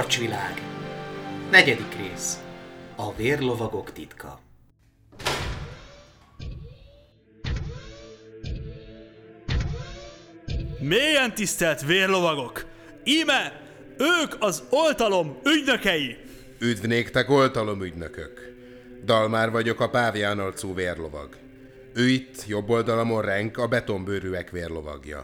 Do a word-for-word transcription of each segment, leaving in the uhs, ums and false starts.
Kapocsvilág. Negyedik rész. A vérlovagok titka. Mélyen tisztelt vérlovagok! Íme ők az oltalom ügynökei! Üdv néktek, oltalomügynökök! Dalmár vagyok, a pávián arcú vérlovag. Ő itt, jobb oldalamon Renk, a betonbőrűek vérlovagja.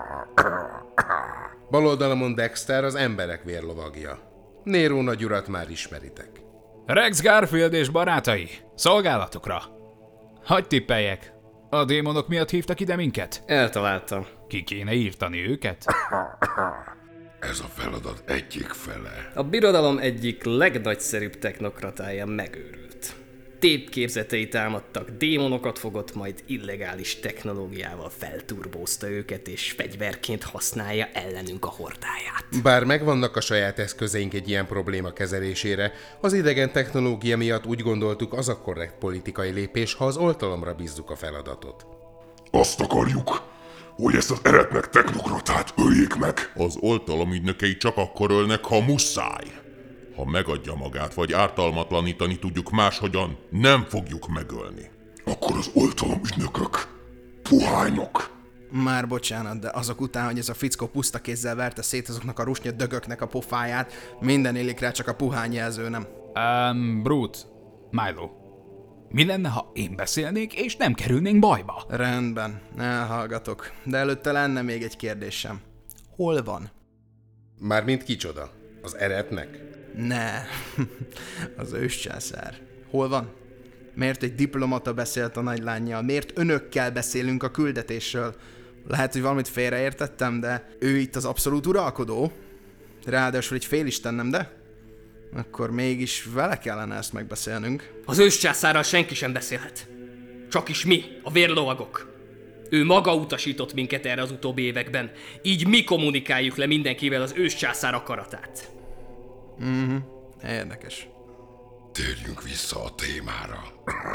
Bal oldalamon Dexter, az emberek vérlovagja. Nero nagyurat már ismeritek. Rex Garfield és barátai, szolgálatokra! Hagy tippeljek, a démonok miatt hívtak ide minket? Eltaláltam. Ki kéne írtani őket? Ez a feladat egyik fele. A birodalom egyik legnagyszerűbb technokratája megőrült. Tépképzetei támadtak, démonokat fogott, majd illegális technológiával felturbózta őket, és fegyverként használja ellenünk a hordáját. Bár megvannak a saját eszközeink egy ilyen probléma kezelésére, az idegen technológia miatt úgy gondoltuk, az a korrekt politikai lépés, ha az oltalomra bízzuk a feladatot. Azt akarjuk, hogy ezt az eretnek technokratát öljék meg. Az oltalom ügynökei csak akkor ölnek, ha muszáj. Ha megadja magát, vagy ártalmatlanítani tudjuk máshogyan, nem fogjuk megölni. Akkor az oltalom ügynökök puhányok. Már bocsánat, de azok után, hogy ez a fickó puszta kézzel verte szét azoknak a rusnya dögöknek a pofáját, minden illik rá, csak a puhány jelző, nem? Um, Brute, Milo. Mi lenne, ha én beszélnék, és nem kerülnénk bajba? Rendben, elhallgatok. De előtte lenne még egy kérdésem. Hol van? Mármint kicsoda? Az eretnek? Ne, az őscsászár. Hol van? Miért egy diplomata beszélt a nagylánnyal? Miért önökkel beszélünk a küldetésről? Lehet, hogy valamit félreértettem, de ő itt az abszolút uralkodó. Ráadásul egy félisten, nem de? Akkor mégis vele kellene ezt megbeszélnünk. Az őscsászárral senki sem beszélhet. Csak is mi, a vérlovagok. Ő maga utasított minket erre az utóbbi években, így mi kommunikáljuk le mindenkivel az őscsászár akaratát. Mhm, érdekes. Térjünk vissza a témára.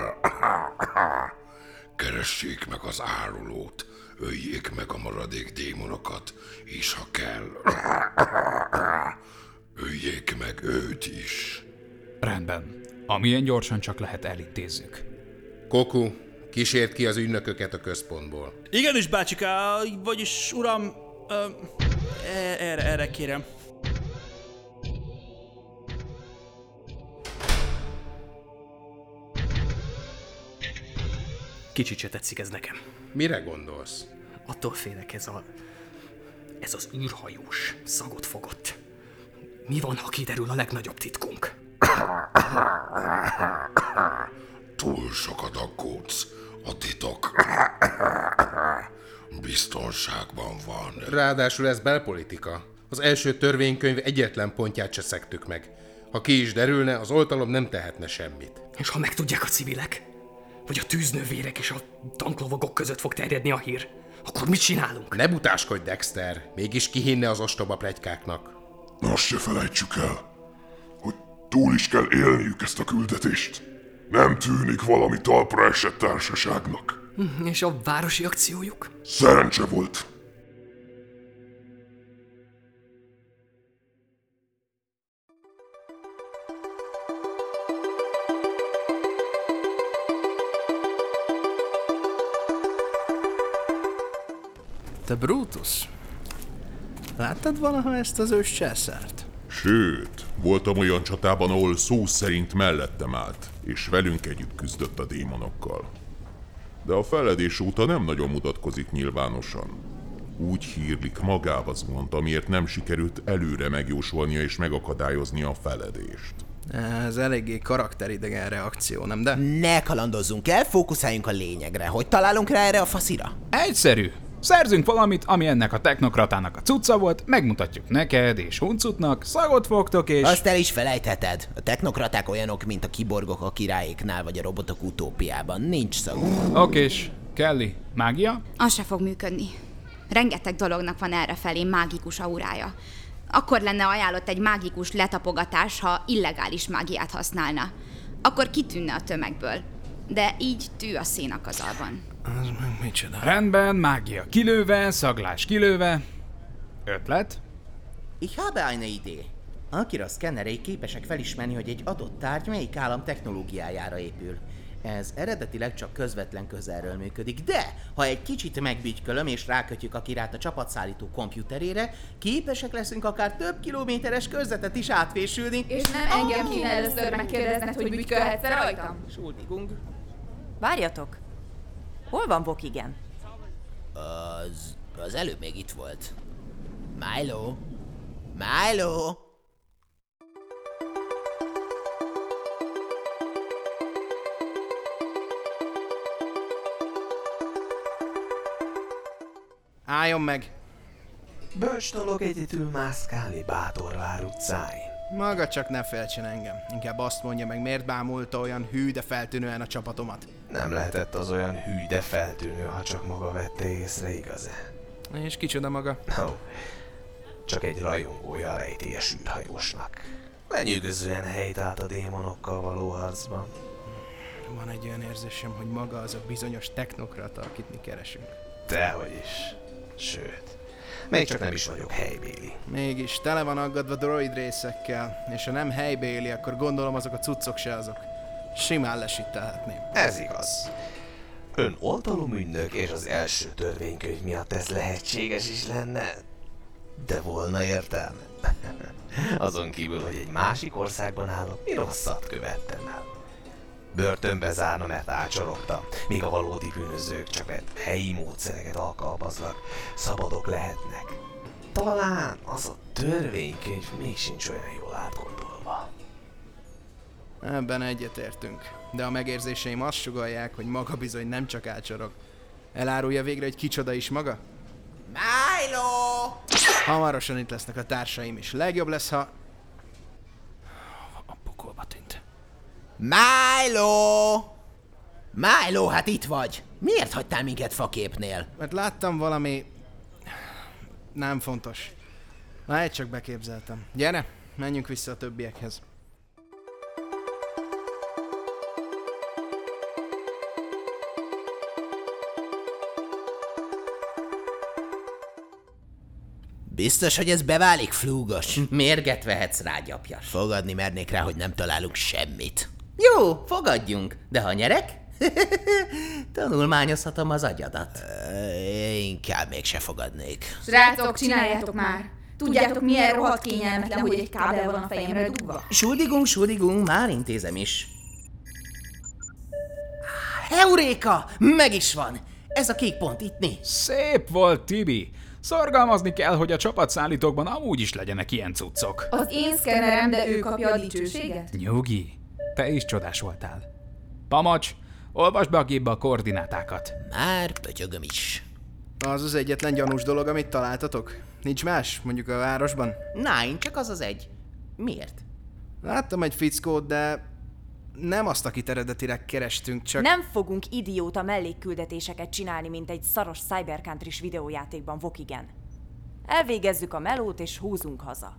Keressék meg az árulót, öljék meg a maradék démonokat, és ha kell, öljék meg őt is. Rendben. Amilyen gyorsan csak lehet elintézzük. Koku, kísért ki az ügynököket a központból. Igenis, bácsika, vagyis uram, ö, erre, erre kérem. Kicsit se tetszik ez nekem. Mire gondolsz? Attól félek, ez a... ez az űrhajós szagot fogott. Mi van, ha kiderül a legnagyobb titkunk? Túl sokat aggódsz. A titok biztonságban van. Ráadásul ez belpolitika. Az első törvénykönyv egyetlen pontját se szegtük meg. Ha ki is derülne, az oltalom nem tehetne semmit. És ha megtudják a civilek? Vagy a tűznővérek és a tanklovagok között fog terjedni a hír? Akkor mit csinálunk? Ne butáskodj, Dexter! Mégis ki hinne az ostoba pletykáknak? Azt se felejtsük el, hogy túl is kell élniük ezt a küldetést. Nem tűnik valami talpra esett társaságnak. Hm, és a városi akciójuk? Szerencse volt. Te Brutus, láttad valaha ezt az őscsászárt? Sőt, voltam olyan csatában, ahol szó szerint mellettem állt, és velünk együtt küzdött a démonokkal. De a feledés óta nem nagyon mutatkozik nyilvánosan. Úgy hírlik, magába zuhant, amiért nem sikerült előre megjósolnia és megakadályozni a feledést. Ez eléggé karakteridegen reakció, nem de? Ne kalandozzunk el, fókuszáljunk a lényegre. Hogy találunk rá erre a faszira? Egyszerű. Szerzünk valamit, ami ennek a technokratának a cucca volt, megmutatjuk neked és huncutnak, szagot fogtok és... Azt el is felejtheted. A technokraták olyanok, mint a kiborgok a királyéknál vagy a robotok utópiában. Nincs szaguk. Okés. Kelly, mágia? Az se fog működni. Rengeteg dolognak van errefelé mágikus aurája. Akkor lenne ajánlott egy mágikus letapogatás, ha illegális mágiát használna. Akkor kitűnne a tömegből. De így tű a szénakazalban. Az meg micsoda? Rendben, mágia kilőve, szaglás kilőve. Ötlet? Ich habe eine Idee. Akira szkennerei képesek felismerni, hogy egy adott tárgy melyik állam technológiájára épül. Ez eredetileg csak közvetlen közelről működik, de ha egy kicsit megbügykölöm és rákötjük Akirát a csapatszállító komputerére, képesek leszünk akár több kilométeres körzetet is átvésülni. És nem engem kéne először megkérdezned, hogy bütykölhetsz-e rajtam? Schuldigung. Várjatok! Hol van Vokigen? Az... az előbb még itt volt. Milo? Milo? Álljon meg! Bölcs dolog egyedül mászkálni Bátorvár utcáin. Maga csak ne féltsen engem. Inkább azt mondja meg, miért bámulta olyan hű, de feltűnően a csapatomat. Nem lehetett az olyan hű, de feltűnő, ha csak maga vette észre, igaz-e? És kicsoda maga? No, csak egy rajongója a rejtélyes űrhajósnak. Lenyűgözően helyt állt a démonokkal való harcban. Van egy olyan érzésem, hogy maga az a bizonyos technokrata, akit mi keresünk. Dehogy is. Sőt, még csak nem is vagyok helybéli. Mégis, tele van aggadva droid részekkel, és ha nem helybéli, akkor gondolom azok a cuccok se azok. Simán lesittelhetném. Ez igaz. Ön oltalom ügynök, és az első törvénykönyv miatt ez lehetséges is lenne, de volna értelme. Azon kívül, hogy egy másik országban állok, mi rosszat követtem el. Börtönbe zárna, mert ácsorogtam, míg a valódi bűnözők csak mert helyi módszereket alkalmaznak, szabadok lehetnek. Talán az a törvénykönyv még sincs olyan jól átgondolva. Ebben egyetértünk, de a megérzéseim azt sugallják, hogy maga bizony nem csak ácsorog. Elárulja végre, hogy kicsoda is maga? Milo! Hamarosan itt lesznek a társaim is. Legjobb lesz, ha... A pokolba tűnt. Milo! Milo, hát itt vagy. Miért hagytál minket faképnél? Mert láttam valami... nem fontos. Már csak beképzeltem. Gyere, menjünk vissza a többiekhez. Biztos, hogy ez beválik, flúgos? Mérget vehetsz rá, gyapjas. Fogadni mernék rá, hogy nem találunk semmit. Jó, fogadjunk, de ha nyerek, tanulmányozhatom az agyadat. Ö, inkább mégse fogadnék. Srácok, csináljátok már! Tudjátok, milyen rohadt kényelmetlen, hogy egy kábel van a fejemre dugva? Schuldigung, schuldigung, már intézem is. Heuréka! Meg is van! Ez a kék pont itt né. Szép volt, Tibi! Szorgalmazni kell, hogy a csapatszállítókban amúgy is legyenek ilyen cuccok. Az én szkennerem, de ő kapja a dicsőséget? Nyugi, te is csodás voltál. Pamacs, olvasd be a gépbe a koordinátákat. Már pötyögöm is. Az az egyetlen gyanús dolog, amit találtatok? Nincs más, mondjuk a városban? Nein, csak az az egy. Miért? Láttam egy fickót, de nem azt, akit eredetileg kerestünk, csak... Nem fogunk idióta mellékküldetéseket csinálni, mint egy szaros cybercountry-s videójátékban, Vokigen. Elvégezzük a melót és húzunk haza.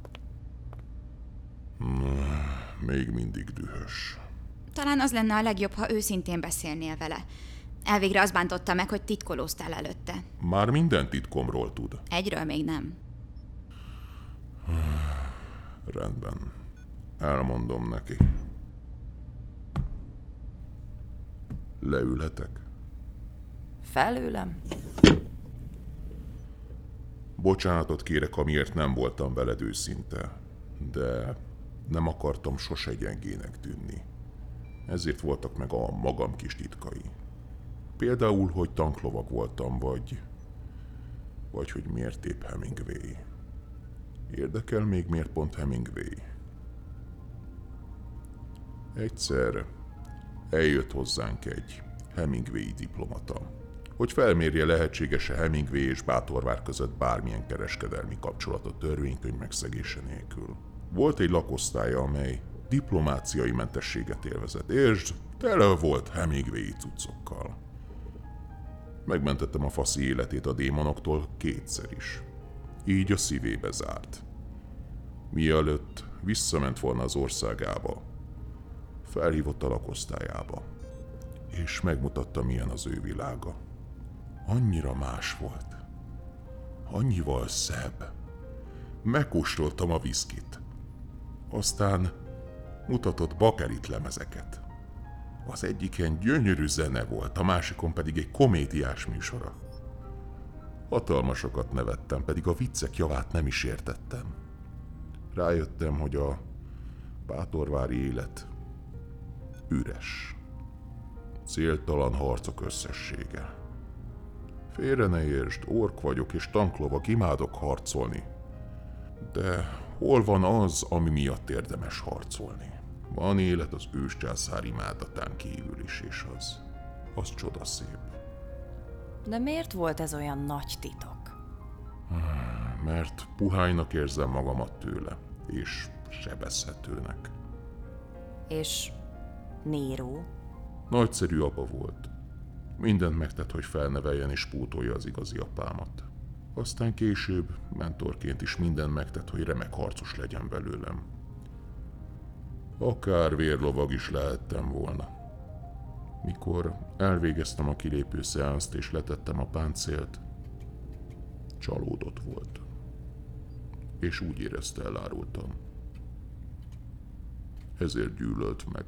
Még mindig dühös. Talán az lenne a legjobb, ha őszintén beszélnél vele. Elvégre az bántotta meg, hogy titkolóztál előtte. Már minden titkomról tud. Egyről még nem. Rendben. Elmondom neki. Leülhetek? Felőlem? Bocsánatot kérek, amiért nem voltam veled őszinte, de nem akartam sose gyengének tűnni. Ezért voltak meg a magam kis titkai. Például, hogy tanklovag voltam, vagy... vagy hogy miért épp Hemingway. Érdekel még, miért pont Hemingway? Egyszer eljött hozzánk egy Hemingway diplomata, hogy felmérje, lehetséges-e Hemingway és Bátorvár között bármilyen kereskedelmi kapcsolatot törvénykönyv megszegése nélkül. Volt egy lakosztálya, amely diplomáciai mentességet élvezett, és tele volt Hemingway cuccokkal. Megmentettem a faszi életét a démonoktól kétszer is. Így a szívébe zárt. Mielőtt visszament volna az országába, felhívott a lakosztályába, és megmutatta, milyen az ő világa. Annyira más volt. Annyival szebb. Megkóstoltam a viszkit. Aztán mutatott bakelit lemezeket. Az egyiken gyönyörű zene volt, a másikon pedig egy komédiás műsora. Hatalmasokat nevettem, pedig a viccek javát nem is értettem. Rájöttem, hogy a bátorvári élet üres. Céltalan harcok összessége. Félre ne értsd, ork vagyok és tanklovag, imádok harcolni. De hol van az, ami miatt érdemes harcolni? Van élet az őscsászár imádatán kívül is, és az, az csodaszép. De miért volt ez olyan nagy titok? Mert puhánynak érzem magamat tőle, és sebezhetőnek. És Nero? Nagyszerű apa volt. Mindent megtett, hogy felneveljen és pótolja az igazi apámat. Aztán később mentorként is mindent megtett, hogy remek harcos legyen belőlem. Akár vérlovag is lehettem volna. Mikor elvégeztem a kilépő szeánszt és letettem a páncélt, csalódott volt. És úgy érezte, elárultam. Ezért gyűlölt meg.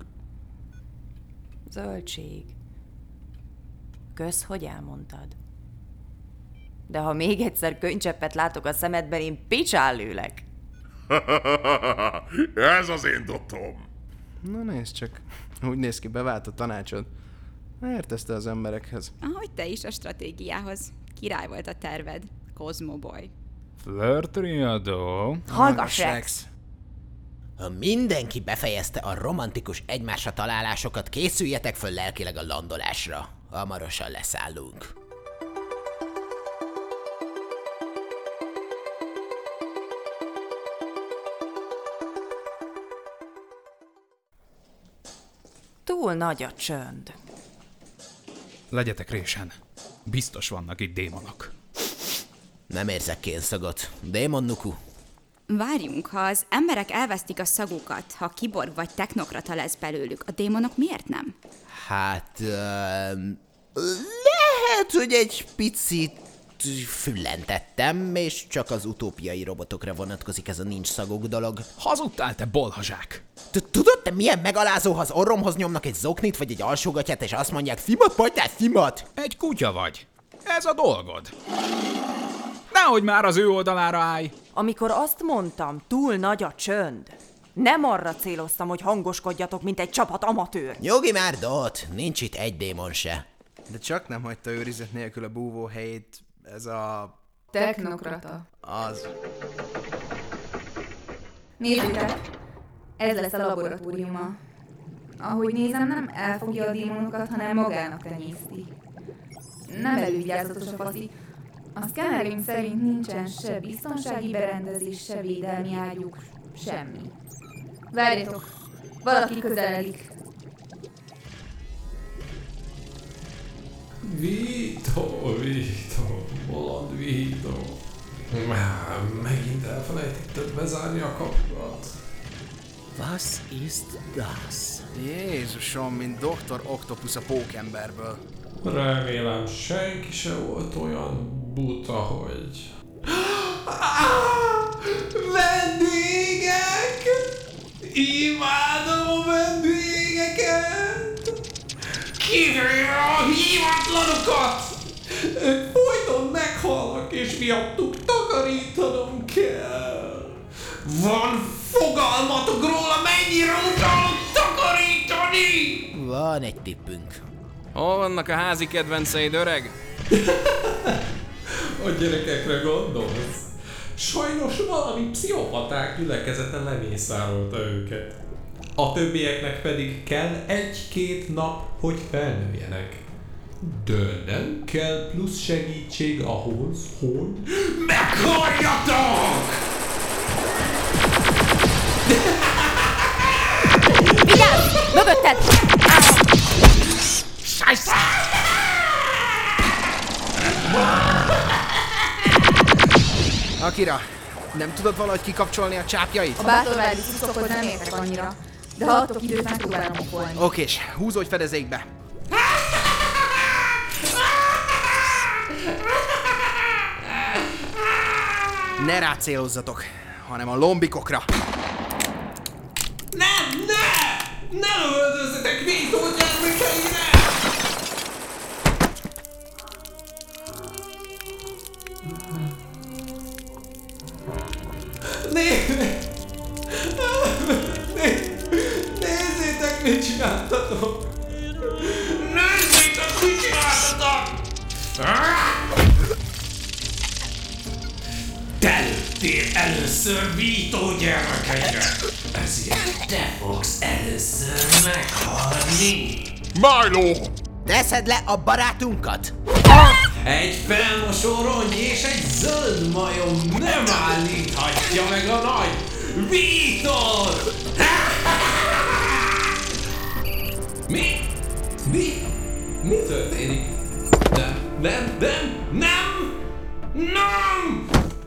Zöldség. Kösz, hogy elmondtad. De ha még egyszer könycseppet látok a szemedben, én picsán lőlek. Ez az én dotom! Na nézd csak, úgy néz ki, bevált a tanácsod. Értesz te az emberekhez. Ahogy te is a stratégiához. Király volt a terved, Cosmo Boy. Flörtriadó. Hallgass, Rex! Ha mindenki befejezte a romantikus egymásra találásokat, készüljetek föl lelkileg a landolásra. Hamarosan leszállunk. Túl nagy a csönd. Legyetek résen. Biztos vannak itt démonok. Nem érzek kénszagot. Démon Nuku. Várjunk, ha az emberek elvesztik a szagukat, ha kiborg vagy technokrata lesz belőlük, a démonok miért nem? Hát... Uh, lehet, hogy egy picit füllentettem, és csak az utópiai robotokra vonatkozik ez a nincs szagok dolog. Hazudtál, te bolhazsák! Tudod, te milyen megalázó, ha az orromhoz nyomnak egy zoknit, vagy egy alsógatyát, és azt mondják, fimat voltál, fimat? Egy kutya vagy. Ez a dolgod. Nehogy már az ő oldalára állj. Amikor azt mondtam, túl nagy a csönd, nem arra céloztam, hogy hangoskodjatok, mint egy csapat amatőr. Nyugi már, Dot, nincs itt egy démon se. De csak nem hagyta őrizet nélkül a búvó helyét ez a... Technokrata. Az. Nézzétek, ez lesz a laboratóriuma. Ahogy nézem, nem elfogja a démonokat, hanem magának tenyészti. Nem elővigyázatos a faszi. A szkennerünk szerint nincsen se biztonsági berendezés, se védelmi ágyuk, semmi. Várjatok, valaki közeledik. Vito, Vito, bolond Vito. Már megint elfelejtetted bezárni a kapukat. Was ist das? Jézusom, mint doktor Octopus a pókemberből. Remélem senki se volt olyan buta, hogy... Vendégek! Imádom a vendégeket! Kivéve a hívatlanokat! Ők folyton meghalnak, és miattuk takarítanom kell. Van fogalmatok róla, mennyire utálok takarítani? Van egy tippünk. Hol vannak a házi kedvenceid, öreg? A gyerekekre gondolsz? Sajnos valami pszichopaták gyülekezete lemészárolta őket. A többieknek pedig kell egy-két nap, hogy felnőjenek. De nem kell plusz segítség ahhoz, hogy meghaljatok! Vigyázz! Mögötted! Scheisse! Akira, nem tudod valahogy kikapcsolni a csápjait? A bátorvári szuszokhoz nem értek annyira, de ha adtok időt, megpróbálom okolni. Okés, húzódj fedezékbe! Ne rácélozzatok, hanem a lombikokra! Ne lövöldözzetek Vito gyermekeire! Né- Né- Nézzétek, mit csináltatok! Nézzétek, mit csináltatok! Te lőttél először Vito gyermekeire! Ezért te fogsz először meghalni! Milo! Teszed le a barátunkat? Egy felmosó rongy és egy zöld majom nem állíthatja meg a nagy Vítot! Mi? Mi? Mi történik? Nem, nem, nem, nem! Nem!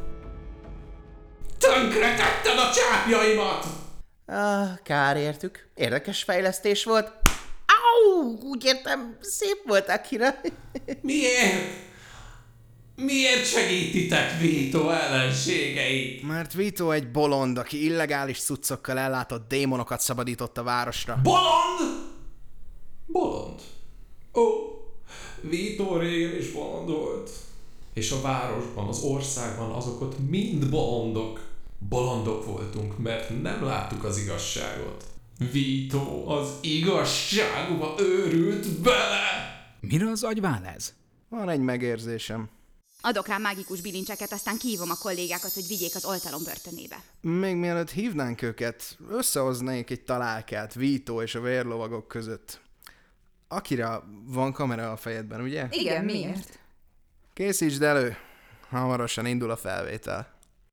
Tönkretetted a csápjaimat! Ah, kár értük. Érdekes fejlesztés volt. Au! Úgy értem, szép volt, Akira. Miért? Miért segítitek Vito ellenségeit? Mert Vito egy bolond, aki illegális cuccokkal ellátott démonokat szabadított a városra. Bolond? Bolond? Ó, Vito régen is bolond volt. És a városban, az országban azok ott mind bolondok. Bolondok voltunk, mert nem láttuk az igazságot. Vito az igazságba őrült bele! Mire az agyvál ez? Van egy megérzésem. Adok rá mágikus bilincseket, aztán kihívom a kollégákat, hogy vigyék az oltalom börtönébe. Még mielőtt hívnánk őket, összehoznék egy találkát Vito és a vérlovagok között. Akira, van kamera a fejedben, ugye? Igen, miért? Készítsd elő, hamarosan indul a felvétel.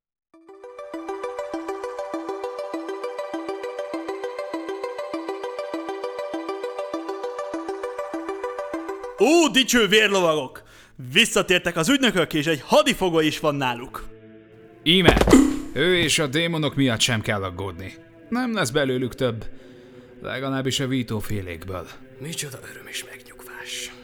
Ó, dicső vérlovagok! Visszatértek az ügynökök, és egy hadifogó is van náluk. Íme! Ő és a démonok miatt sem kell aggódni. Nem lesz belőlük több. Legalábbis a Vito félékből. Micsoda öröm és megnyugvás.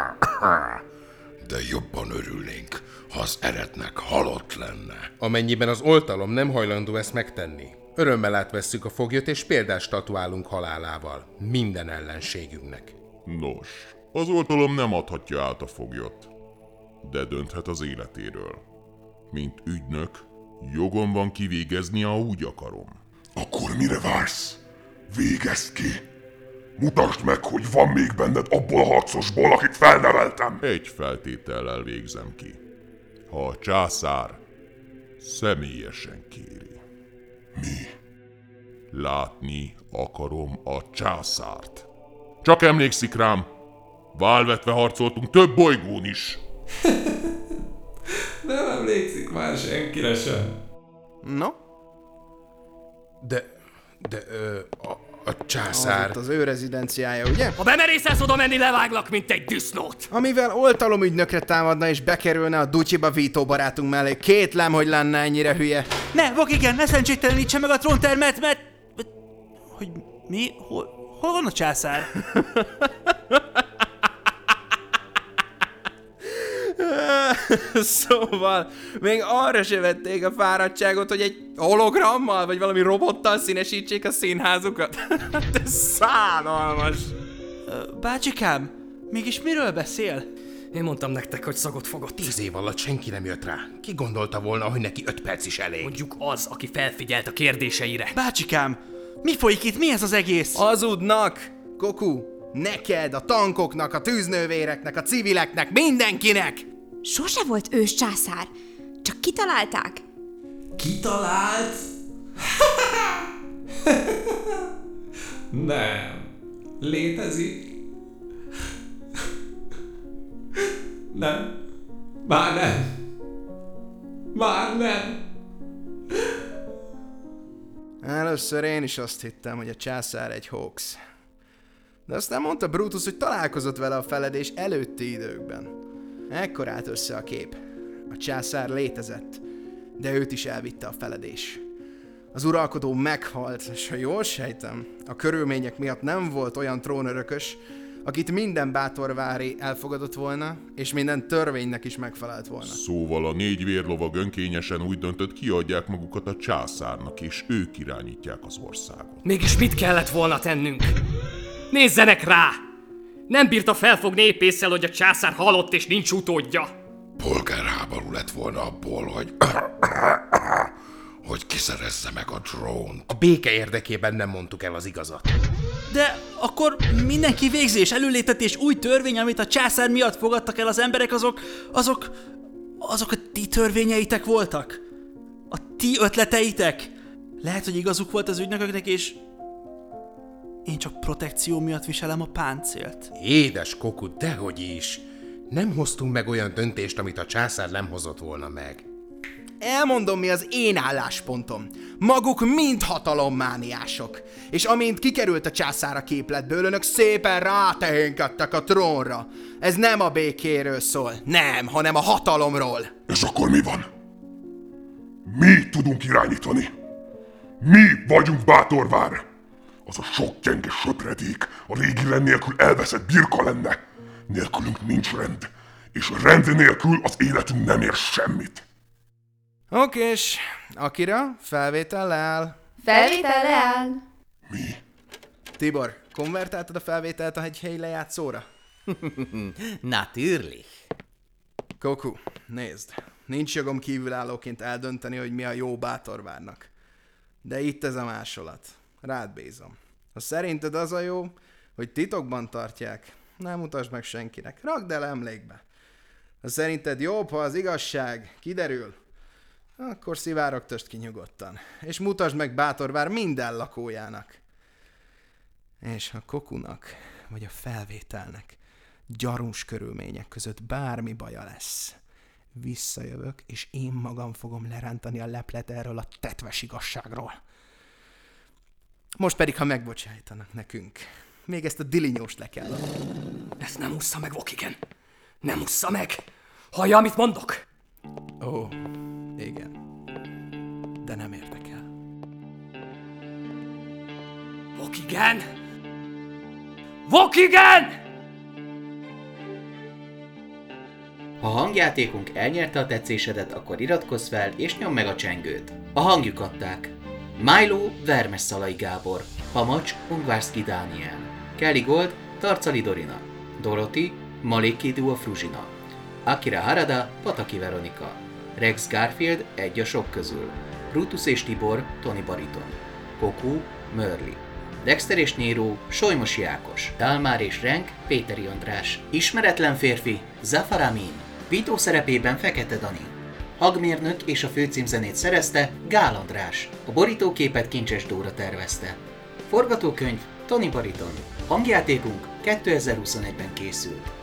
De jobban örülnénk, ha az eretnek halott lenne. Amennyiben az oltalom nem hajlandó ezt megtenni, örömmel átvesszük a foglyot és példást statuálunk halálával minden ellenségünknek. Nos, az oltalom nem adhatja át a foglyot, de dönthet az életéről. Mint ügynök, jogom van kivégezni, ha úgy akarom. Akkor mire vársz? Végezd ki! Mutasd meg, hogy van még benned abból a harcosból, akit felneveltem! Egy feltétellel végzem ki. Ha a császár személyesen kéri. Mi? Látni akarom a császárt. Csak emlékszik rám, válvetve harcoltunk több bolygón is. Nem emlékszik már senkire sem. No? De... de... Ö, a, a császár... Az, az ő rezidenciája, ugye? Ha bemerészelsz oda menni, leváglak, mint egy disznót! Amivel oltalomügynökre támadna és bekerülne a Dutyiba Vito barátunk mellé. Kétlem, hogy lenne ennyire hülye. Ne, vak igen, ne szerencsétlenítse meg a tróntermet, mert... Hogy mi? Hol, hol van a császár? Szóval, még arra se vették a fáradtságot, hogy egy hologrammal, vagy valami robottal színesítsék a színházukat. Ez szánalmas. Bácsikám, mégis miről beszél? Én mondtam nektek, hogy szagot fogott. Tíz év alatt senki nem jött rá. Ki gondolta volna, hogy neki öt perc is elég? Mondjuk az, aki felfigyelt a kérdéseire. Bácsikám, mi folyik itt? Mi ez az egész? Hazudnak! Goku, neked, a tankoknak, a tűznővéreknek, a civileknek, mindenkinek! Sose volt ős császár. Csak kitalálták? Kitalált? Nem. Létezik? Nem. Már nem. Már nem. Először én is azt hittem, hogy a császár egy hoax. De aztán mondta Brutus, hogy találkozott vele a feledés előtti időkben. Ekkor állt össze a kép. A császár létezett, de őt is elvitte a feledés. Az uralkodó meghalt, és ha jól sejtem, a körülmények miatt nem volt olyan trónörökös, akit minden bátorvári elfogadott volna, és minden törvénynek is megfelelt volna. Szóval a négy vérlovag önkényesen úgy döntött, kiadják magukat a császárnak, és ők irányítják az országot. Mégis mit kellett volna tennünk? Nézzenek rá! Nem bírta felfogni épp ésszel, hogy a császár halott és nincs utódja. Polgárháború lett volna abból, hogy... hogy kiszerezze meg a drónt. A béke érdekében nem mondtuk el az igazat. De akkor mindenki végzés, előléptetés, új törvény, amit a császár miatt fogadtak el az emberek, azok, azok, azok a ti törvényeitek voltak? A ti ötleteitek? Lehet, hogy igazuk volt az ügynököknek, és én csak protekció miatt viselem a páncélt. Édes Koku, dehogy is. Nem hoztunk meg olyan döntést, amit a császár nem hozott volna meg. Elmondom, mi az én álláspontom. Maguk mind hatalommániások. És amint kikerült a császár a képletből, önök szépen rátehénkedtek a trónra. Ez nem a békéről szól. Nem, hanem a hatalomról. És akkor mi van? Mi tudunk irányítani. Mi vagyunk Bátorvár. Az a sok gyenge söpredék a régi rend nélkül elveszett birka lenne. Nélkülünk nincs rend. És a rend nélkül az életünk nem ér semmit. Okés, Akira, felvétel leáll. Felvétel leáll. Mi? Tibor, konvertáltad a felvételt a hely lejátszóra? Natürlich. Koku, nézd. Nincs jogom kívülállóként eldönteni, hogy mi a jó Bátorvárnak. De itt ez a másolat. Rád bízom. Ha szerinted az a jó, hogy titokban tartják, nem mutasd meg senkinek. Rakd el emlékbe. Ha szerinted jobb, ha az igazság kiderül, akkor szivárogtasd ki nyugodtan. És mutasd meg Bátorvár minden lakójának. És ha Kokunak, vagy a felvételnek gyarús körülmények között bármi baja lesz, visszajövök, és én magam fogom lerántani a leplet erről a tetves igazságról. Most pedig, ha megbocsájtanak nekünk, még ezt a dilinyóst le kell adni. Ezt nem ússza meg, Vokigen. Nem ússza meg. Hallja, amit mondok? Ó, igen. De nem érdekel. Vokigen! Vokigen! Ha a hangjátékunk elnyerte a tetszésedet, akkor iratkozz fel és nyomd meg a csengőt. A hangjuk adták: Milo, Vermes Szalai Gábor, Pamacs, Ungvárszki Dániel, Kelly Gold, Tarcali Dorina, Dorothy, Maléki Dua Fruzsina, Akira Harada, Pataki Veronika, Rex Garfield, egy a sok közül, Brutus és Tibor, Tony Bariton, Koku, Mörli, Dexter és Nero, Solymosi Ákos, Dalmár és Renk, Péteri András, Ismeretlen férfi, Zafar Amin, Vito szerepében Fekete Dani, Hagmérnök és a főcímzenét szerezte Gál András, a borítóképet Kincses Dóra tervezte. Forgatókönyv Tony Bariton, hangjátékunk kétezer-huszonegyben készült.